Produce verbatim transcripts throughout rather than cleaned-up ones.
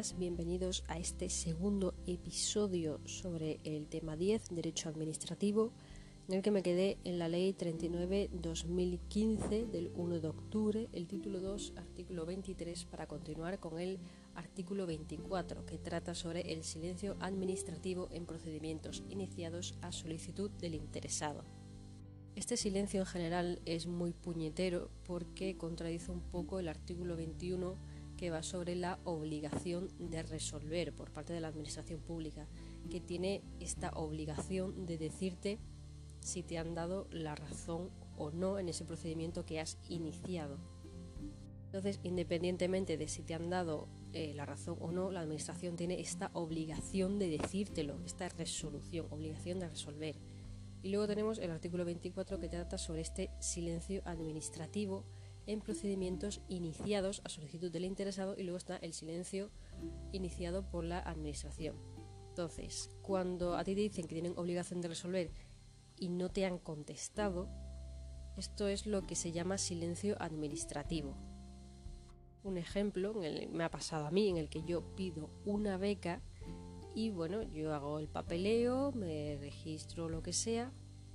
buenas, bienvenidos a este segundo episodio sobre el tema diez, Derecho Administrativo, en el que me quedé en la Ley treinta y nueve barra dos mil quince del uno de octubre, el título dos, artículo veintitrés, para continuar con el artículo veinticuatro, que trata sobre el silencio administrativo en procedimientos iniciados a solicitud del interesado. Este silencio en general es muy puñetero porque contradice un poco el artículo veintiuno, que va sobre la obligación de resolver por parte de la administración pública, que tiene esta obligación de decirte si te han dado la razón o no en ese procedimiento que has iniciado. Entonces, independientemente de si te han dado eh, la razón o no, la administración tiene esta obligación de decírtelo, esta resolución, obligación de resolver. Y luego tenemos el artículo veinticuatro, que trata sobre este silencio administrativo en procedimientos iniciados a solicitud del interesado, y luego está el silencio iniciado por la administración. Entonces, cuando a ti te dicen que tienen obligación de resolver y no te han contestado, esto es lo que se llama silencio administrativo. Un ejemplo en el, me ha pasado a mí, en el que yo pido una beca y bueno, yo hago el papeleo, me registro, lo que sea,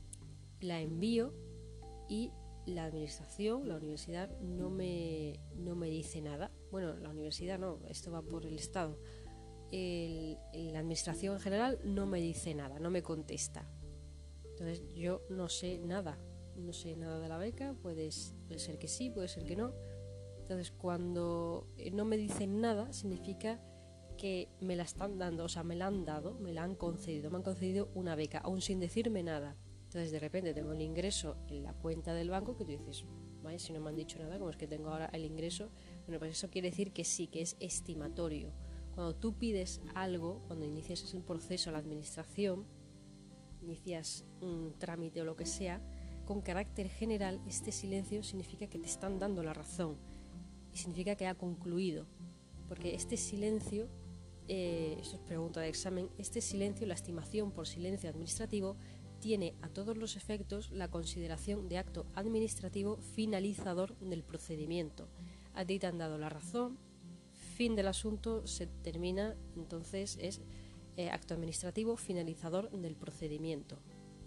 la envío y la administración, la universidad, no me, no me dice nada. Bueno, la universidad no, esto va por el Estado. El, la administración en general no me dice nada, no me contesta. Entonces yo no sé nada, no sé nada de la beca, puede, puede ser que sí, puede ser que no. Entonces cuando no me dicen nada, significa que me la están dando, o sea, me la han dado, me la han concedido, me han concedido una beca, aún sin decirme nada. Entonces de repente tengo el ingreso en la cuenta del banco, que tú dices, vaya, si no me han dicho nada, ¿cómo es que tengo ahora el ingreso? Bueno, pues eso quiere decir que sí, que es estimatorio. Cuando tú pides algo, cuando inicias un proceso a la administración, inicias un trámite o lo que sea, con carácter general, este silencio significa que te están dando la razón y significa que ha concluido, porque este silencio, eh, esto es pregunta de examen, este silencio, la estimación por silencio administrativo, tiene a todos los efectos la consideración de acto administrativo finalizador del procedimiento. A ti te han dado la razón, fin del asunto, se termina, entonces es eh, acto administrativo finalizador del procedimiento.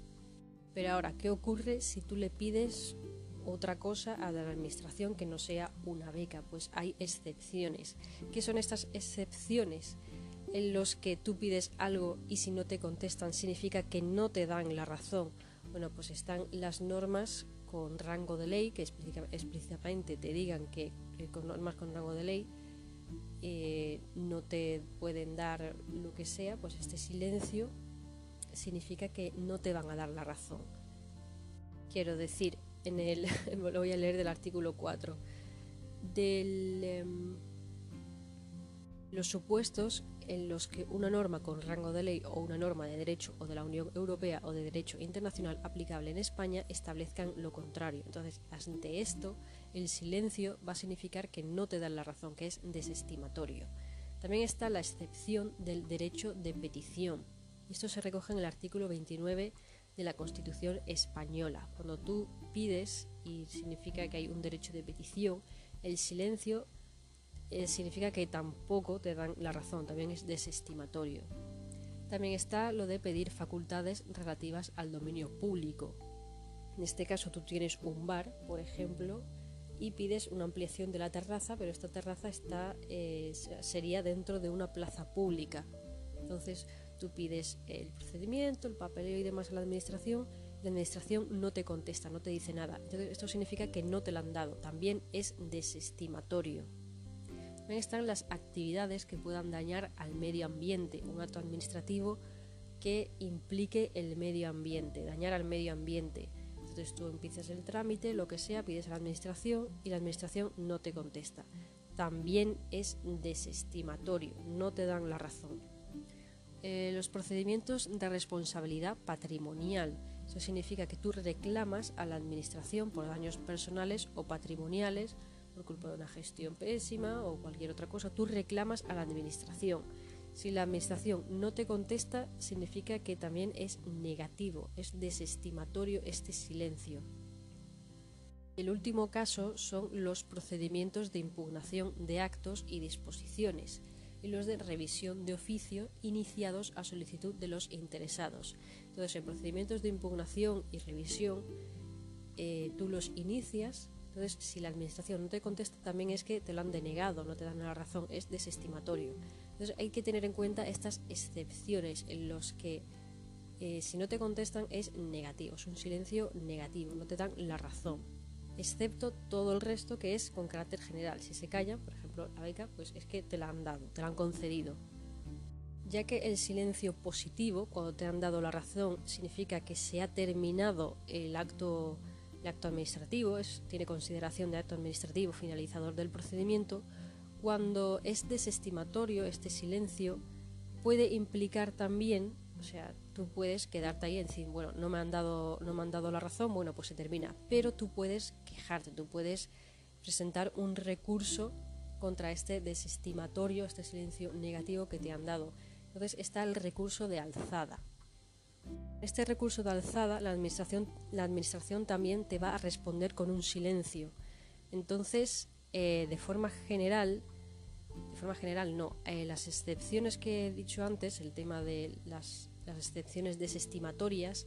Pero ahora, ¿qué ocurre si tú le pides otra cosa a la administración que no sea una beca? Pues hay excepciones. ¿Qué son estas excepciones? En los que tú pides algo y si no te contestan significa que no te dan la razón. Bueno, pues están las normas con rango de ley, que explícitamente te digan que, que con normas con rango de ley eh, no te pueden dar lo que sea. Pues este silencio significa que no te van a dar la razón. Quiero decir, en el lo voy a leer del artículo cuatro del eh, los supuestos en los que una norma con rango de ley o una norma de derecho o de la Unión Europea o de derecho internacional aplicable en España establezcan lo contrario. Entonces, ante esto, el silencio va a significar que no te dan la razón, que es desestimatorio. También está la excepción del derecho de petición. Esto se recoge en el artículo veintinueve de la Constitución española. Cuando tú pides, y significa que hay un derecho de petición, el silencio Eh, significa que tampoco te dan la razón, también es desestimatorio. También está lo de pedir facultades relativas al dominio público. En este caso tú tienes un bar, por ejemplo, y pides una ampliación de la terraza, pero esta terraza está eh, sería dentro de una plaza pública. Entonces tú pides el procedimiento, el papeleo y demás a la administración, y la administración no te contesta, no te dice nada. Entonces esto significa que no te la han dado, también es desestimatorio. También están las actividades que puedan dañar al medio ambiente, un acto administrativo que implique el medio ambiente, dañar al medio ambiente. Entonces tú empiezas el trámite, lo que sea, pides a la administración y la administración no te contesta. También es desestimatorio, no te dan la razón. Eh, los procedimientos de responsabilidad patrimonial. Eso significa que tú reclamas a la administración por daños personales o patrimoniales, por culpa de una gestión pésima o cualquier otra cosa, tú reclamas a la administración. Si la administración no te contesta, significa que también es negativo, es desestimatorio este silencio. El último caso son los procedimientos de impugnación de actos y disposiciones. y los de revisión de oficio iniciados a solicitud de los interesados. Entonces, en procedimientos de impugnación y revisión, eh, tú los inicias. Entonces, si la administración no te contesta, también es que te lo han denegado, no te dan la razón, es desestimatorio. Entonces, hay que tener en cuenta estas excepciones en los que eh, si no te contestan es negativo, es un silencio negativo, no te dan la razón, excepto todo el resto que es con carácter general. Si se callan, por ejemplo, la beca, pues es que te la han dado, te la han concedido. Ya que el silencio positivo, cuando te han dado la razón, significa que se ha terminado el acto El acto administrativo, es, tiene consideración de acto administrativo finalizador del procedimiento. Cuando es desestimatorio, este silencio puede implicar también, o sea, tú puedes quedarte ahí y decir, bueno, no me han dado, no me han dado la razón, bueno, pues se termina, pero tú puedes quejarte, tú puedes presentar un recurso contra este desestimatorio, este silencio negativo que te han dado. Entonces está el recurso de alzada. Este recurso de alzada, la administración, la administración también te va a responder con un silencio. Entonces, eh, de forma general, de forma general no, eh, las excepciones que he dicho antes, el tema de las, las excepciones desestimatorias,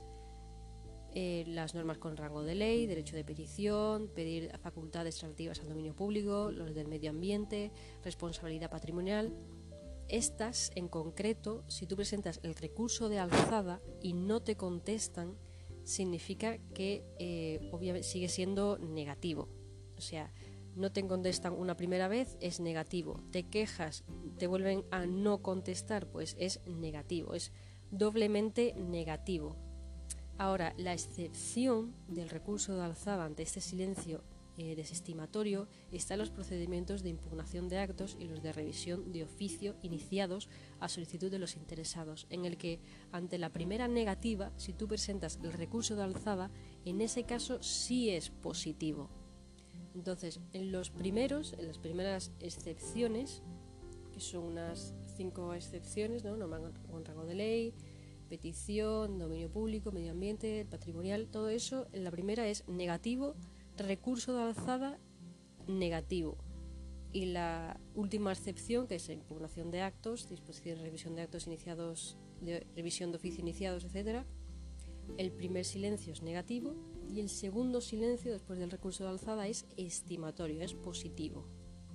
eh, las normas con rango de ley, derecho de petición, pedir facultades relativas al dominio público, los del medio ambiente, responsabilidad patrimonial. Estas, en concreto, si tú presentas el recurso de alzada y no te contestan, significa que eh, obviamente sigue siendo negativo. O sea, no te contestan una primera vez, es negativo. Te quejas, te vuelven a no contestar, pues es negativo, es doblemente negativo. Ahora, la excepción del recurso de alzada ante este silencio Eh, desestimatorio está en los procedimientos de impugnación de actos y los de revisión de oficio iniciados a solicitud de los interesados, en el que ante la primera negativa, si tú presentas el recurso de alzada, en ese caso sí es positivo. Entonces, en los primeros, en las primeras excepciones, que son unas cinco excepciones, ¿no? Norma con rango de ley, petición, dominio público, medio ambiente, patrimonial, todo eso, en la primera es negativo, recurso de alzada negativo. Y la última excepción, que es la impugnación de actos, disposición de revisión de actos iniciados, de revisión de oficio iniciados, etcétera, el primer silencio es negativo y el segundo silencio después del recurso de alzada es estimatorio, es positivo.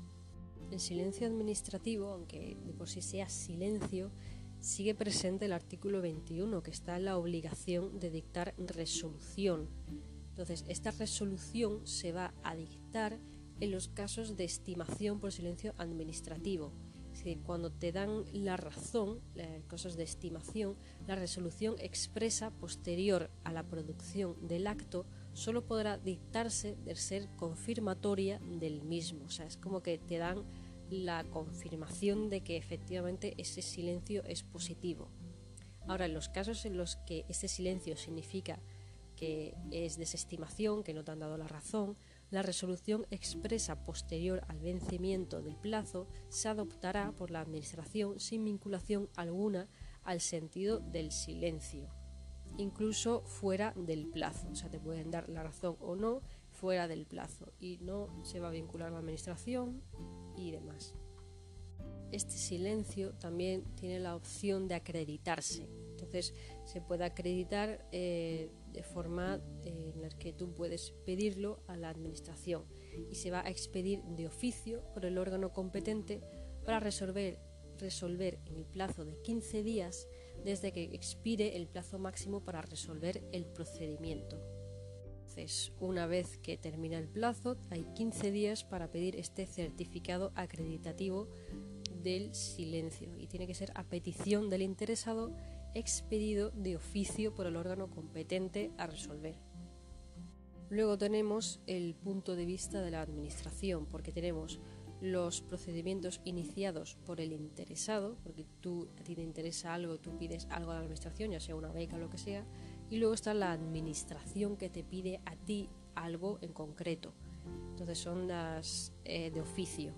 El silencio administrativo, aunque de por sí sea silencio, sigue presente el artículo veintiuno, que está en la obligación de dictar resolución. Entonces, esta resolución se va a dictar en los casos de estimación por silencio administrativo. Es decir, cuando te dan la razón, en casos de estimación, la resolución expresa posterior a la producción del acto solo podrá dictarse de ser confirmatoria del mismo. O sea, es como que te dan la confirmación de que efectivamente ese silencio es positivo. Ahora, en los casos en los que ese silencio significa que es desestimación, que no te han dado la razón, la resolución expresa posterior al vencimiento del plazo se adoptará por la Administración sin vinculación alguna al sentido del silencio, incluso fuera del plazo. O sea, te pueden dar la razón o no fuera del plazo y no se va a vincular a la Administración y demás. Este silencio también tiene la opción de acreditarse. Entonces se puede acreditar eh, de forma eh, en la que tú puedes pedirlo a la administración y se va a expedir de oficio por el órgano competente para resolver, resolver en el plazo de quince días desde que expire el plazo máximo para resolver el procedimiento. Entonces, una vez que termina el plazo, hay quince días para pedir este certificado acreditativo del silencio y tiene que ser a petición del interesado, expedido de oficio por el órgano competente a resolver. Luego tenemos el punto de vista de la administración, porque tenemos los procedimientos iniciados por el interesado, porque tú, a ti te interesa algo, tú pides algo a la administración, ya sea una beca o lo que sea, y luego está la administración que te pide a ti algo en concreto. Entonces son las eh, de oficio.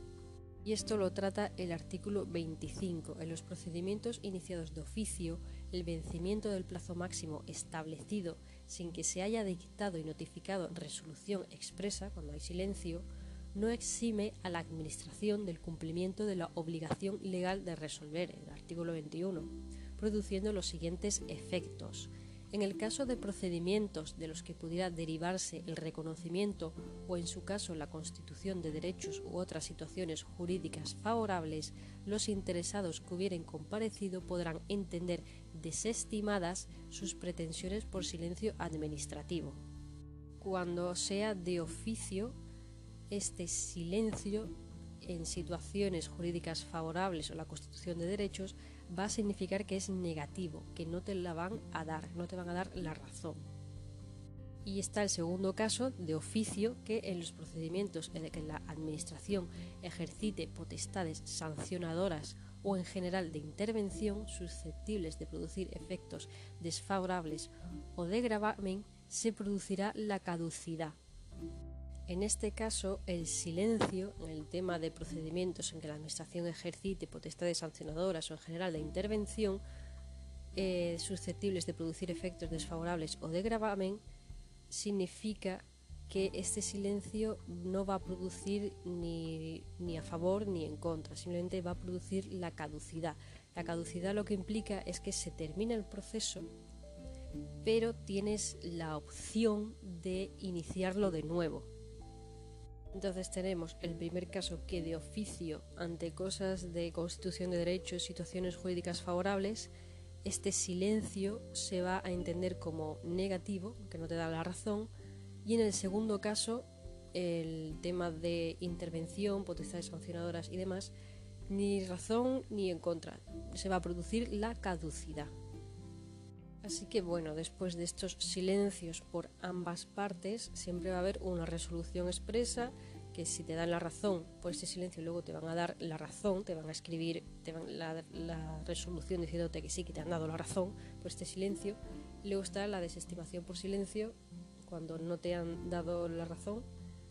Y esto lo trata el artículo veinticinco. En los procedimientos iniciados de oficio, el vencimiento del plazo máximo establecido sin que se haya dictado y notificado resolución expresa, cuando hay silencio, no exime a la Administración del cumplimiento de la obligación legal de resolver, el artículo veintiuno, produciendo los siguientes efectos. En el caso de procedimientos de los que pudiera derivarse el reconocimiento o en su caso la constitución de derechos u otras situaciones jurídicas favorables, los interesados que hubieren comparecido podrán entender desestimadas sus pretensiones por silencio administrativo. Cuando sea de oficio, este silencio en situaciones jurídicas favorables o la constitución de derechos va a significar que es negativo, que no te la van a dar, no te van a dar la razón. Y está el segundo caso de oficio, que en los procedimientos en el que la Administración ejercite potestades sancionadoras o en general de intervención susceptibles de producir efectos desfavorables o de gravamen, se producirá la caducidad. En este caso, el silencio, en el tema de procedimientos en que la Administración ejercite potestades sancionadoras o en general de intervención eh, susceptibles de producir efectos desfavorables o de gravamen, significa que este silencio no va a producir ni, ni a favor ni en contra, simplemente va a producir la caducidad. La caducidad lo que implica es que se termina el proceso, pero tienes la opción de iniciarlo de nuevo. Entonces tenemos el primer caso, que de oficio, ante cosas de constitución de derechos, situaciones jurídicas favorables, este silencio se va a entender como negativo, que no te da la razón. Y en el segundo caso, el tema de intervención, potestades sancionadoras y demás, ni razón ni en contra, se va a producir la caducidad. Así que bueno, después de estos silencios por ambas partes, siempre va a haber una resolución expresa, que si te dan la razón por este silencio, luego te van a dar la razón, te van a escribir te van la, la resolución diciéndote que sí, que te han dado la razón por este silencio. Y luego está la desestimación por silencio, cuando no te han dado la razón,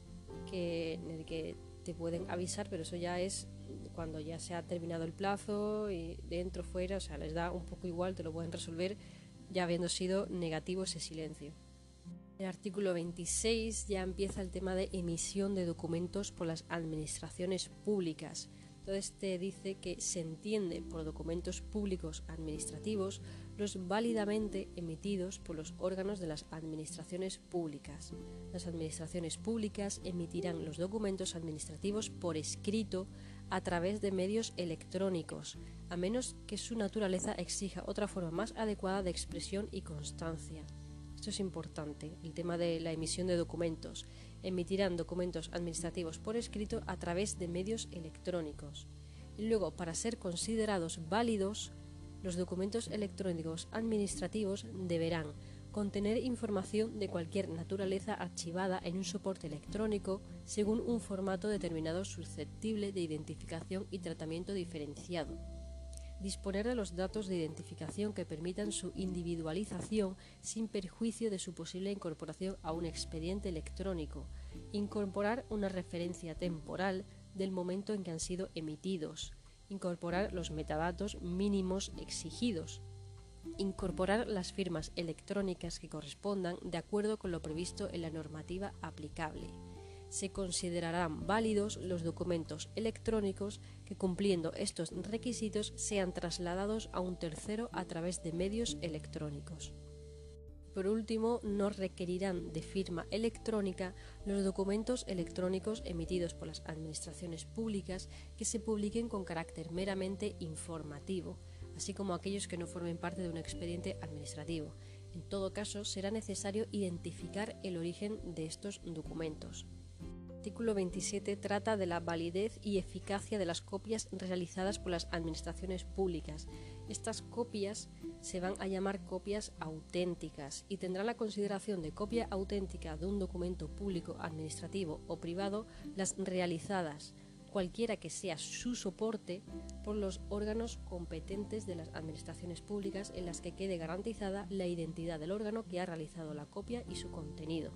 que, en el que te pueden avisar, pero eso ya es cuando ya se ha terminado el plazo y dentro, fuera, o sea, les da un poco igual, te lo pueden resolver ya habiendo sido negativo ese silencio. El artículo veintiséis ya empieza el tema de emisión de documentos por las administraciones públicas. Entonces te dice que se entiende por documentos públicos administrativos los válidamente emitidos por los órganos de las administraciones públicas. Las administraciones públicas emitirán los documentos administrativos por escrito a través de medios electrónicos, a menos que su naturaleza exija otra forma más adecuada de expresión y constancia. Esto es importante, el tema de la emisión de documentos. Emitirán documentos administrativos por escrito a través de medios electrónicos. Y luego, para ser considerados válidos, los documentos electrónicos administrativos deberán contener información de cualquier naturaleza archivada en un soporte electrónico según un formato determinado susceptible de identificación y tratamiento diferenciado. Disponer de los datos de identificación que permitan su individualización sin perjuicio de su posible incorporación a un expediente electrónico. Incorporar una referencia temporal del momento en que han sido emitidos. Incorporar los metadatos mínimos exigidos. Incorporar las firmas electrónicas que correspondan de acuerdo con lo previsto en la normativa aplicable. Se considerarán válidos los documentos electrónicos que, cumpliendo estos requisitos, sean trasladados a un tercero a través de medios electrónicos. Por último, no requerirán de firma electrónica los documentos electrónicos emitidos por las administraciones públicas que se publiquen con carácter meramente informativo, así como aquellos que no formen parte de un expediente administrativo. En todo caso, será necesario identificar el origen de estos documentos. El artículo veintisiete trata de la validez y eficacia de las copias realizadas por las administraciones públicas. Estas copias se van a llamar copias auténticas y tendrán la consideración de copia auténtica de un documento público, administrativo o privado las realizadas, cualquiera que sea su soporte, por los órganos competentes de las administraciones públicas en las que quede garantizada la identidad del órgano que ha realizado la copia y su contenido.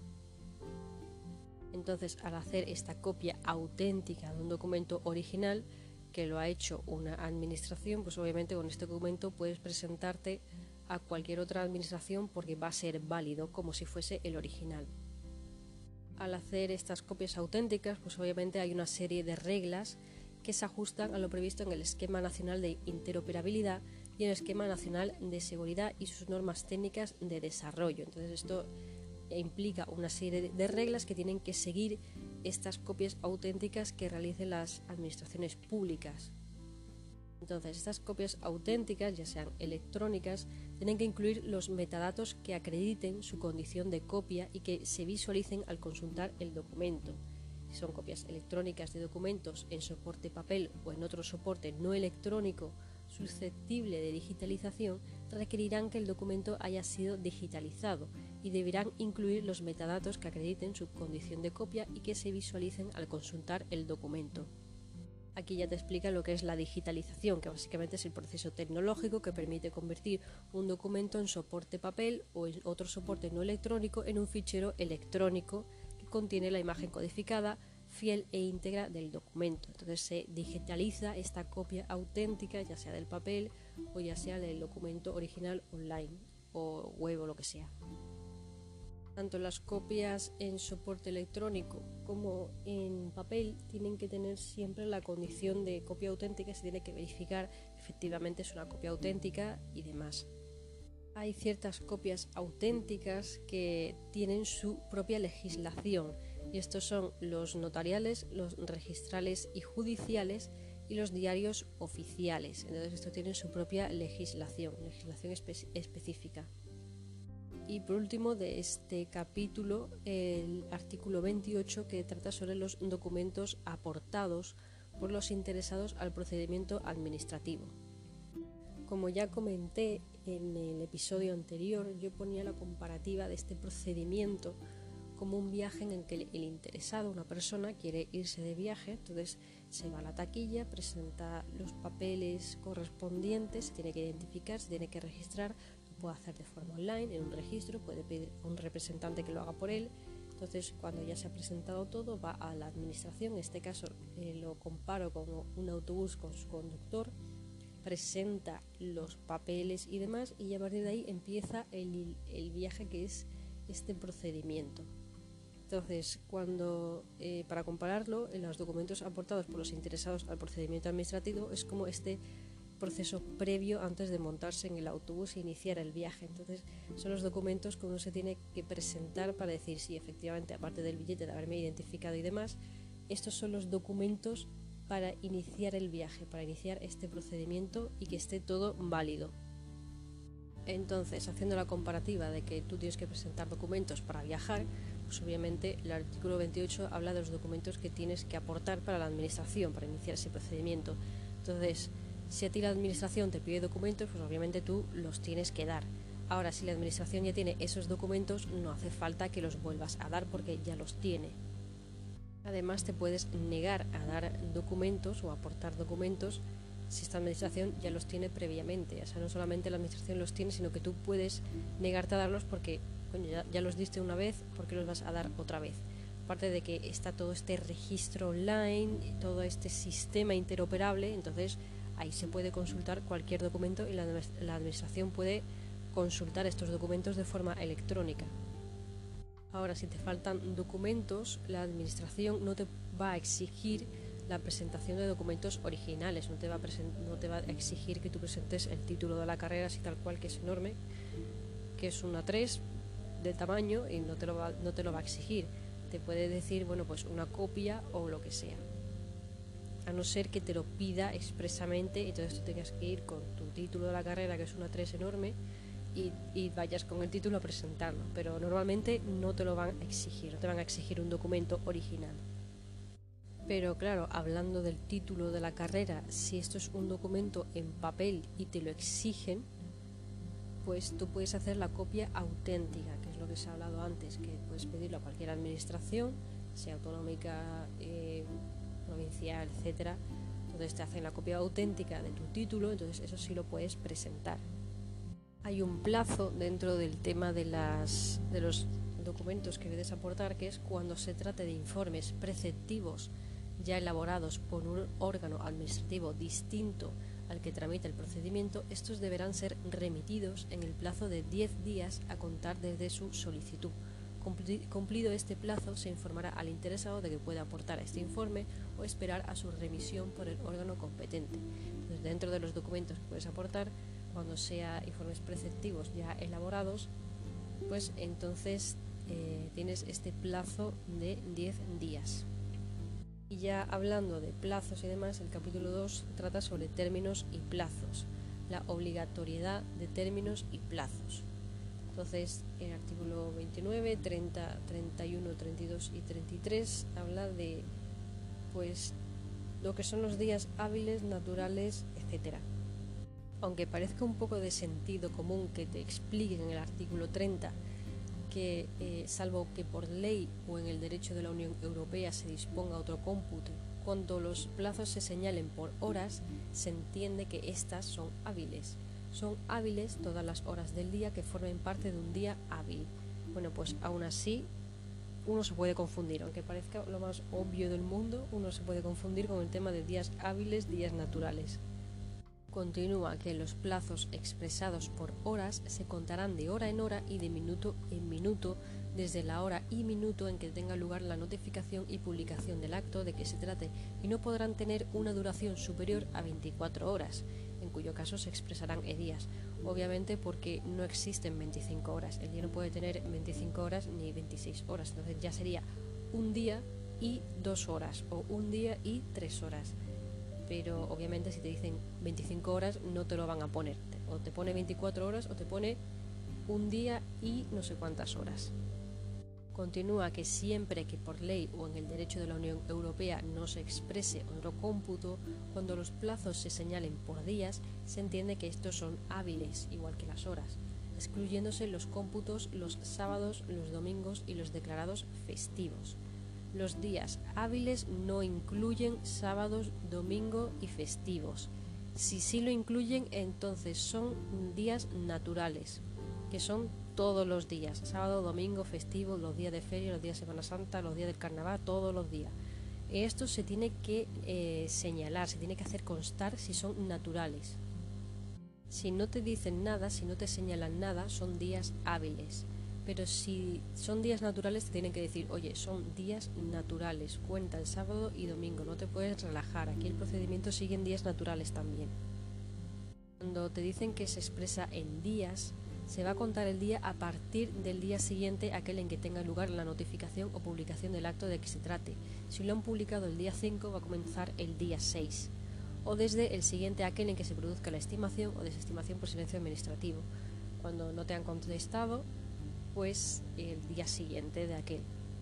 Entonces, al hacer esta copia auténtica de un documento original que lo ha hecho una administración, pues obviamente con este documento puedes presentarte a cualquier otra administración porque va a ser válido como si fuese el original. Al hacer estas copias auténticas, pues obviamente hay una serie de reglas que se ajustan a lo previsto en el Esquema Nacional de Interoperabilidad y en el Esquema Nacional de Seguridad y sus normas técnicas de desarrollo. Entonces esto implica una serie de reglas que tienen que seguir estas copias auténticas que realicen las administraciones públicas. Entonces, estas copias auténticas, ya sean electrónicas, tienen que incluir los metadatos que acrediten su condición de copia y que se visualicen al consultar el documento. Si son copias electrónicas de documentos en soporte papel o en otro soporte no electrónico susceptible de digitalización, requerirán que el documento haya sido digitalizado y deberán incluir los metadatos que acrediten su condición de copia y que se visualicen al consultar el documento. Aquí ya te explica lo que es la digitalización, que básicamente es el proceso tecnológico que permite convertir un documento en soporte papel o en otro soporte no electrónico en un fichero electrónico que contiene la imagen codificada, fiel e íntegra del documento. Entonces se digitaliza esta copia auténtica, ya sea del papel o ya sea del documento original online o web o lo que sea. Tanto las copias en soporte electrónico como en papel tienen que tener siempre la condición de copia auténtica, se tiene que verificar que efectivamente es una copia auténtica y demás. Hay ciertas copias auténticas que tienen su propia legislación y estos son los notariales, los registrales y judiciales y los diarios oficiales. Entonces esto tiene su propia legislación, legislación espe- específica. Y por último de este capítulo, el artículo veintiocho, que trata sobre los documentos aportados por los interesados al procedimiento administrativo. Como ya comenté en el episodio anterior, yo ponía la comparativa de este procedimiento como un viaje en el que el interesado, una persona, quiere irse de viaje, entonces se va a la taquilla, presenta los papeles correspondientes, se tiene que identificar, se tiene que registrar, lo puede hacer de forma online, en un registro, puede pedir a un representante que lo haga por él. Entonces, cuando ya se ha presentado todo, va a la administración, en este caso eh, lo comparo con un autobús con su conductor, presenta los papeles y demás, y a partir de ahí empieza el, el viaje, que es este procedimiento. Entonces, cuando eh, para compararlo, en los documentos aportados por los interesados al procedimiento administrativo es como este proceso previo antes de montarse en el autobús e iniciar el viaje. Entonces, son los documentos que uno se tiene que presentar para decir si efectivamente, aparte del billete de haberme identificado y demás, estos son los documentos para iniciar el viaje, para iniciar este procedimiento y que esté todo válido. Entonces, haciendo la comparativa de que tú tienes que presentar documentos para viajar, pues obviamente el artículo veintiocho habla de los documentos que tienes que aportar para la administración, para iniciar ese procedimiento. Entonces, si a ti la administración te pide documentos, pues obviamente tú los tienes que dar. Ahora, si la administración ya tiene esos documentos, no hace falta que los vuelvas a dar porque ya los tiene. Además, te puedes negar a dar documentos o aportar documentos si esta administración ya los tiene previamente. O sea, no solamente la administración los tiene, sino que tú puedes negarte a darlos porque coño, ya, ya los diste una vez, ¿por qué los vas a dar otra vez? Aparte de que está todo este registro online, todo este sistema interoperable, entonces ahí se puede consultar cualquier documento y la, la administración puede consultar estos documentos de forma electrónica. Ahora, si te faltan documentos, la administración no te va a exigir la presentación de documentos originales, no te va a, no te va a exigir que tú presentes el título de la carrera así tal cual, que es enorme, que es una tres de tamaño, y no te lo va, no te lo va a exigir. Te puede decir, bueno, pues una copia o lo que sea, a no ser que te lo pida expresamente y entonces tú tengas que ir con tu título de la carrera, que es una tres enorme, y, y vayas con el título a presentarlo, pero normalmente no te lo van a exigir, no te van a exigir un documento original. Pero claro, hablando del título de la carrera, si esto es un documento en papel y te lo exigen, pues tú puedes hacer la copia auténtica, que es lo que se ha hablado antes, que puedes pedirlo a cualquier administración, sea autonómica, eh, provincial, etcétera. Entonces te hacen la copia auténtica de tu título, entonces eso sí lo puedes presentar. Hay un plazo dentro del tema de, las, de los documentos que debes aportar, que es cuando se trate de informes preceptivos ya elaborados por un órgano administrativo distinto al que tramita el procedimiento. Estos deberán ser remitidos en el plazo de diez días a contar desde su solicitud, cumplido este plazo, se informará al interesado de que puede aportar a este informe o esperar a su remisión por el órgano competente. Entonces, dentro de los documentos que puedes aportar, cuando sea informes preceptivos ya elaborados, pues entonces eh, tienes este plazo de diez días. Y ya hablando de plazos y demás, el capítulo dos trata sobre términos y plazos, la obligatoriedad de términos y plazos. Entonces, el artículo veintinueve, treinta, treinta y uno, treinta y dos y treinta y tres habla de pues lo que son los días hábiles, naturales, etcétera. Aunque parezca un poco de sentido común que te expliquen en el artículo treinta que, eh, salvo que por ley o en el derecho de la Unión Europea se disponga otro cómputo, cuando los plazos se señalen por horas, se entiende que éstas son hábiles. Son hábiles todas las horas del día que formen parte de un día hábil. Bueno, pues aún así uno se puede confundir, aunque parezca lo más obvio del mundo, uno se puede confundir con el tema de días hábiles, días naturales. Continúa que los plazos expresados por horas se contarán de hora en hora y de minuto en minuto desde la hora y minuto en que tenga lugar la notificación y publicación del acto de que se trate, y no podrán tener una duración superior a veinticuatro horas, en cuyo caso se expresarán en días, obviamente porque no existen veinticinco horas, el día no puede tener veinticinco horas ni veintiséis horas, entonces ya sería un día y dos horas o un día y tres horas. Pero obviamente si te dicen veinticinco horas no te lo van a poner, o te pone veinticuatro horas o te pone un día y no sé cuántas horas. Continúa que siempre que por ley o en el derecho de la Unión Europea no se exprese otro cómputo, cuando los plazos se señalen por días, se entiende que estos son hábiles, igual que las horas, excluyéndose los cómputos los sábados, los domingos y los declarados festivos. Los días hábiles no incluyen sábados, domingo y festivos. Si sí lo incluyen, entonces son días naturales, que son todos los días, sábado, domingo, festivo, los días de feria, los días de Semana Santa, los días del carnaval, todos los días. Esto se tiene que eh, señalar, se tiene que hacer constar si son naturales. Si no te dicen nada, si no te señalan nada, son días hábiles. Pero si son días naturales te tienen que decir, oye, son días naturales, cuenta el sábado y domingo, no te puedes relajar, aquí el procedimiento sigue en días naturales también. Cuando te dicen que se expresa en días, se va a contar el día a partir del día siguiente, aquel en que tenga lugar la notificación o publicación del acto de que se trate. Si lo han publicado el día cinco, va a comenzar el día seis, o desde el siguiente aquel en que se produzca la estimación o desestimación por silencio administrativo. Cuando no te han contestado, pues el día siguiente de aquel.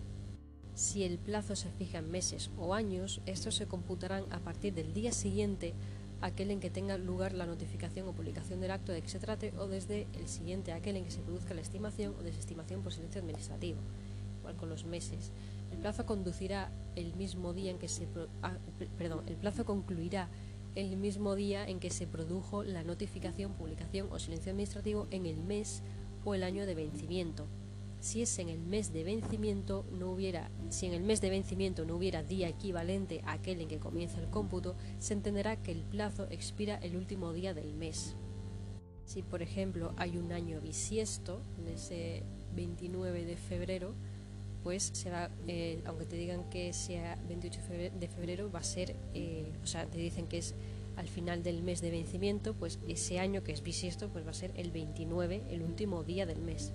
Si el plazo se fija en meses o años, estos se computarán a partir del día siguiente aquel en que tenga lugar la notificación o publicación del acto de que se trate, o desde el siguiente aquel en que se produzca la estimación o desestimación por silencio administrativo. Igual con los meses. El plazo conducirá el mismo día en que se pro ah, perdón, el plazo concluirá el mismo día en que se produjo la notificación, publicación o silencio administrativo en el mes o el año de vencimiento. Si es en el mes de vencimiento, no hubiera, si en el mes de vencimiento no hubiera día equivalente a aquel en que comienza el cómputo, se entenderá que el plazo expira el último día del mes. Si, por ejemplo, hay un año bisiesto, en ese veintinueve de febrero, pues se va, eh, aunque te digan que sea veintiocho de febrero, va a ser, eh, o sea, te dicen que es al final del mes de vencimiento, pues ese año que es bisiesto, pues va a ser el veintinueve, el último día del mes.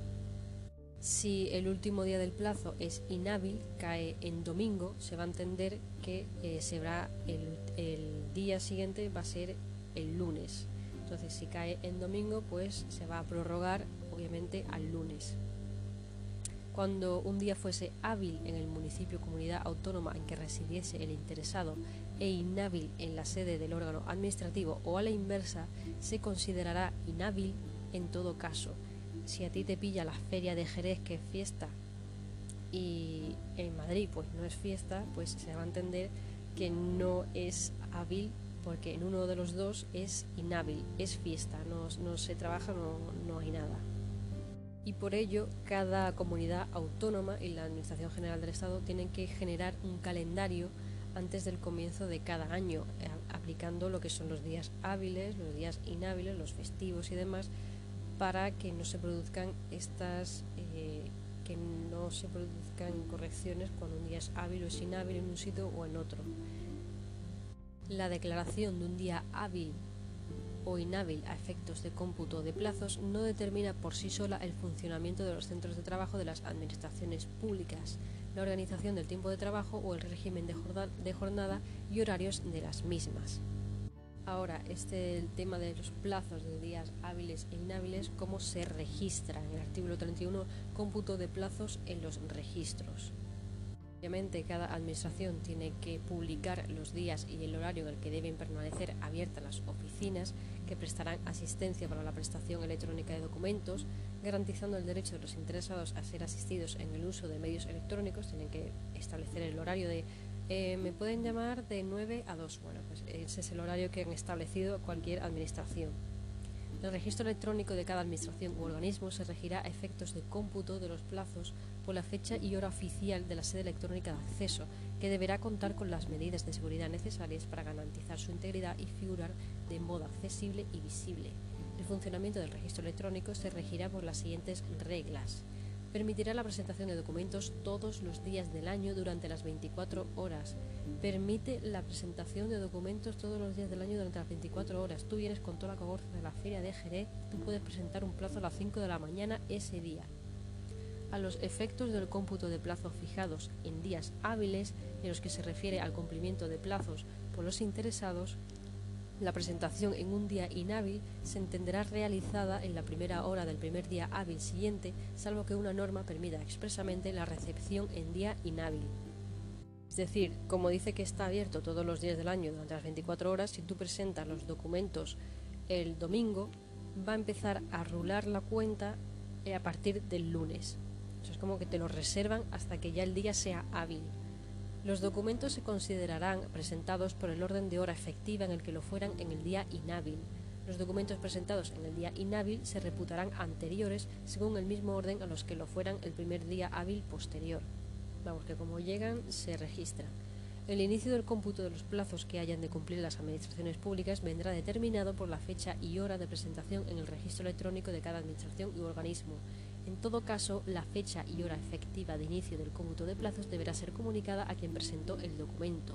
Si el último día del plazo es inhábil, cae en domingo, se va a entender que eh, se va el, el día siguiente va a ser el lunes. Entonces, si cae en domingo, pues se va a prorrogar, obviamente, al lunes. Cuando un día fuese hábil en el municipio o comunidad autónoma en que residiese el interesado e inhábil en la sede del órgano administrativo, o a la inversa, se considerará inhábil en todo caso. Si a ti te pilla la feria de Jerez, que es fiesta, y en Madrid pues no es fiesta, pues se va a entender que no es hábil, porque en uno de los dos es inhábil, es fiesta, no, no se trabaja, no, no hay nada. Y por ello, cada comunidad autónoma y la Administración General del Estado tienen que generar un calendario antes del comienzo de cada año, eh, aplicando lo que son los días hábiles, los días inhábiles, los festivos y demás, para que no se produzcan estas, eh, que no se produzcan correcciones cuando un día es hábil o es inhábil en un sitio o en otro. La declaración de un día hábil o inhábil a efectos de cómputo de plazos no determina por sí sola el funcionamiento de los centros de trabajo de las administraciones públicas, la organización del tiempo de trabajo o el régimen de jornada y horarios de las mismas. Ahora, este el tema de los plazos de días hábiles e inhábiles, cómo se registra en el artículo treinta y uno, cómputo de plazos en los registros. Obviamente, cada administración tiene que publicar los días y el horario en el que deben permanecer abiertas las oficinas que prestarán asistencia para la prestación electrónica de documentos, garantizando el derecho de los interesados a ser asistidos en el uso de medios electrónicos. Tienen que establecer el horario de eh, me pueden llamar de nueve a dos. Bueno, pues ese es el horario que han establecido cualquier administración. El registro electrónico de cada administración u organismo se regirá a efectos de cómputo de los plazos por la fecha y hora oficial de la sede electrónica de acceso, que deberá contar con las medidas de seguridad necesarias para garantizar su integridad y figurar de modo accesible y visible. El funcionamiento del registro electrónico se regirá por las siguientes reglas. Permitirá la presentación de documentos todos los días del año durante las veinticuatro horas. Permite la presentación de documentos todos los días del año durante las veinticuatro horas. Tú vienes con toda la cogorza de la feria de Jerez, tú puedes presentar un plazo a las cinco de la mañana ese día. A los efectos del cómputo de plazos fijados en días hábiles, en los que se refiere al cumplimiento de plazos por los interesados, la presentación en un día inhábil se entenderá realizada en la primera hora del primer día hábil siguiente, salvo que una norma permita expresamente la recepción en día inhábil. Es decir, como dice que está abierto todos los días del año durante las veinticuatro horas, si tú presentas los documentos el domingo, va a empezar a rular la cuenta a partir del lunes. O sea, es como que te lo reservan hasta que ya el día sea hábil. Los documentos se considerarán presentados por el orden de hora efectiva en el que lo fueran en el día inhábil. Los documentos presentados en el día inhábil se reputarán anteriores según el mismo orden a los que lo fueran el primer día hábil posterior. Vamos, que como llegan, se registran. El inicio del cómputo de los plazos que hayan de cumplir las administraciones públicas vendrá determinado por la fecha y hora de presentación en el registro electrónico de cada administración y organismo. En todo caso, la fecha y hora efectiva de inicio del cómputo de plazos deberá ser comunicada a quien presentó el documento.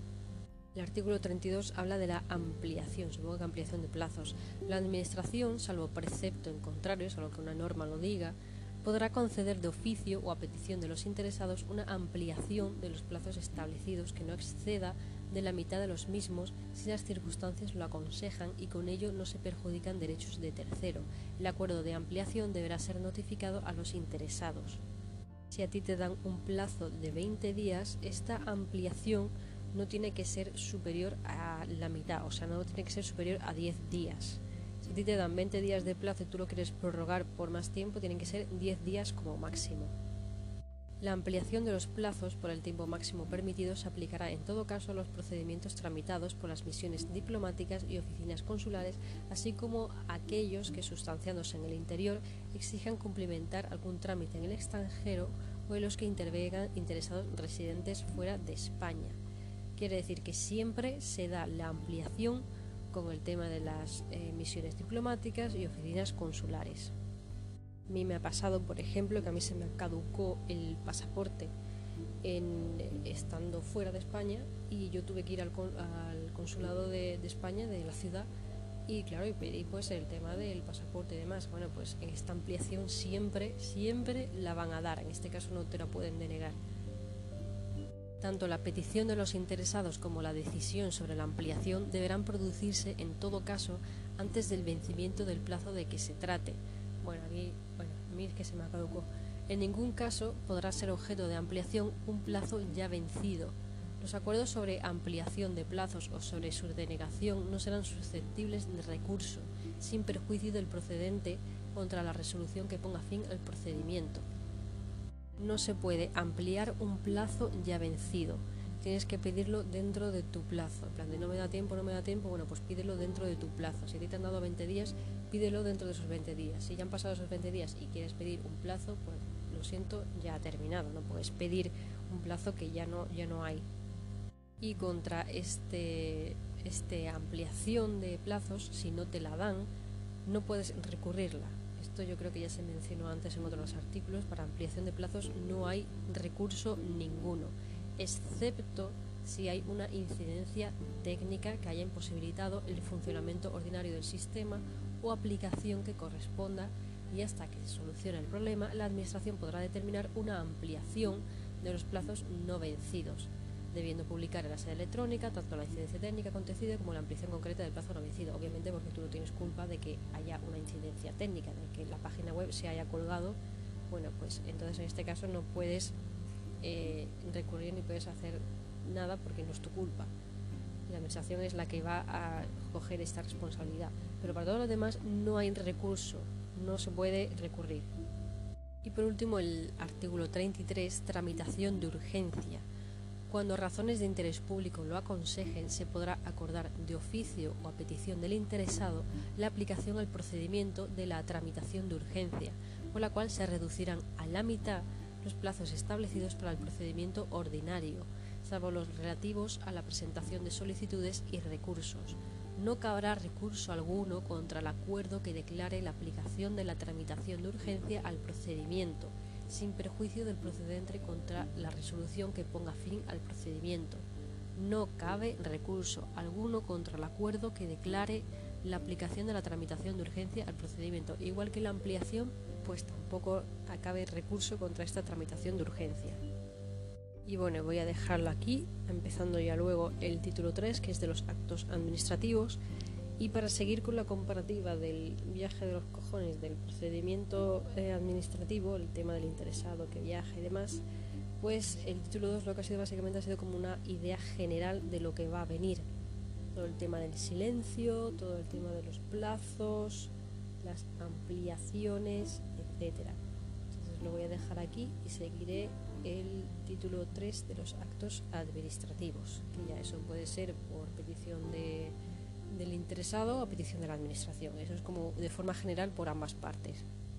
El artículo treinta y dos habla de la ampliación, supongo que ampliación de plazos. La Administración, salvo precepto en contrario, salvo que una norma lo diga, podrá conceder de oficio o a petición de los interesados una ampliación de los plazos establecidos que no exceda de la mitad de los mismos si las circunstancias lo aconsejan y con ello no se perjudican derechos de tercero. El acuerdo de ampliación deberá ser notificado a los interesados. Si a ti te dan un plazo de veinte días, esta ampliación no tiene que ser superior a la mitad, o sea, no tiene que ser superior a diez días. Si a ti te dan veinte días de plazo y tú lo quieres prorrogar por más tiempo, tienen que ser diez días como máximo. La ampliación de los plazos por el tiempo máximo permitido se aplicará en todo caso a los procedimientos tramitados por las misiones diplomáticas y oficinas consulares, así como a aquellos que, sustanciándose en el interior, exijan cumplimentar algún trámite en el extranjero o en los que intervengan interesados residentes fuera de España. Quiere decir que siempre se da la ampliación con el tema de las eh, misiones diplomáticas y oficinas consulares. A mí me ha pasado, por ejemplo, que a mí se me caducó el pasaporte en, estando fuera de España y yo tuve que ir al, al consulado de, de España, de la ciudad, y claro, y pedí pues el tema del pasaporte y demás. Bueno, pues en esta ampliación siempre, siempre la van a dar, en este caso no te la pueden denegar. Tanto la petición de los interesados como la decisión sobre la ampliación deberán producirse en todo caso antes del vencimiento del plazo de que se trate. Bueno, a mí, bueno, a mí es que se me caducó. En ningún caso podrá ser objeto de ampliación un plazo ya vencido. Los acuerdos sobre ampliación de plazos o sobre su denegación no serán susceptibles de recurso, sin perjuicio del procedente contra la resolución que ponga fin al procedimiento. No se puede ampliar un plazo ya vencido. Tienes que pedirlo dentro de tu plazo. En plan de no me da tiempo, no me da tiempo, bueno, pues pídelo dentro de tu plazo. Si a ti te han dado veinte días, pídelo dentro de esos veinte días. Si ya han pasado esos veinte días y quieres pedir un plazo, pues lo siento, ya ha terminado. No puedes pedir un plazo que ya no, ya no hay. Y contra este, este ampliación de plazos, si no te la dan, no puedes recurrirla. esto yo creo que ya se mencionó antes en otros artículos, para ampliación de plazos no hay recurso ninguno, excepto si hay una incidencia técnica que haya imposibilitado el funcionamiento ordinario del sistema o aplicación que corresponda, y hasta que se solucione el problema, la Administración podrá determinar una ampliación de los plazos no vencidos, debiendo publicar en la sede electrónica tanto la incidencia técnica acontecida como la ampliación concreta del plazo no vencido, obviamente porque tú no tienes culpa de que haya una incidencia técnica, de que la página web se haya colgado. Bueno, pues entonces en este caso no puedes eh, recurrir ni puedes hacer nada porque no es tu culpa. La Administración es la que va a coger esta responsabilidad, pero para todo lo demás no hay recurso, no se puede recurrir. Y por último, el artículo treinta y tres, tramitación de urgencia. Cuando razones de interés público lo aconsejen, se podrá acordar de oficio o a petición del interesado la aplicación al procedimiento de la tramitación de urgencia, por la cual se reducirán a la mitad los plazos establecidos para el procedimiento ordinario, salvo los relativos a la presentación de solicitudes y recursos. No cabrá recurso alguno contra el acuerdo que declare la aplicación de la tramitación de urgencia al procedimiento, sin perjuicio del procedente contra la resolución que ponga fin al procedimiento. No cabe recurso alguno contra el acuerdo que declare la aplicación de la tramitación de urgencia al procedimiento, igual que la ampliación, pues tampoco cabe recurso contra esta tramitación de urgencia. Y bueno, voy a dejarlo aquí, empezando ya luego el título tres, que es de los actos administrativos. Y para seguir con la comparativa del viaje de los cojones, del procedimiento eh, administrativo, el tema del interesado que viaja y demás, pues el título dos lo que ha sido básicamente ha sido como una idea general de lo que va a venir. Todo el tema del silencio, todo el tema de los plazos, las ampliaciones, etcétera. Entonces lo voy a dejar aquí y seguiré el título tres de los actos administrativos, que ya eso puede ser por petición de... del interesado a petición de la Administración. Eso es como de forma general por ambas partes.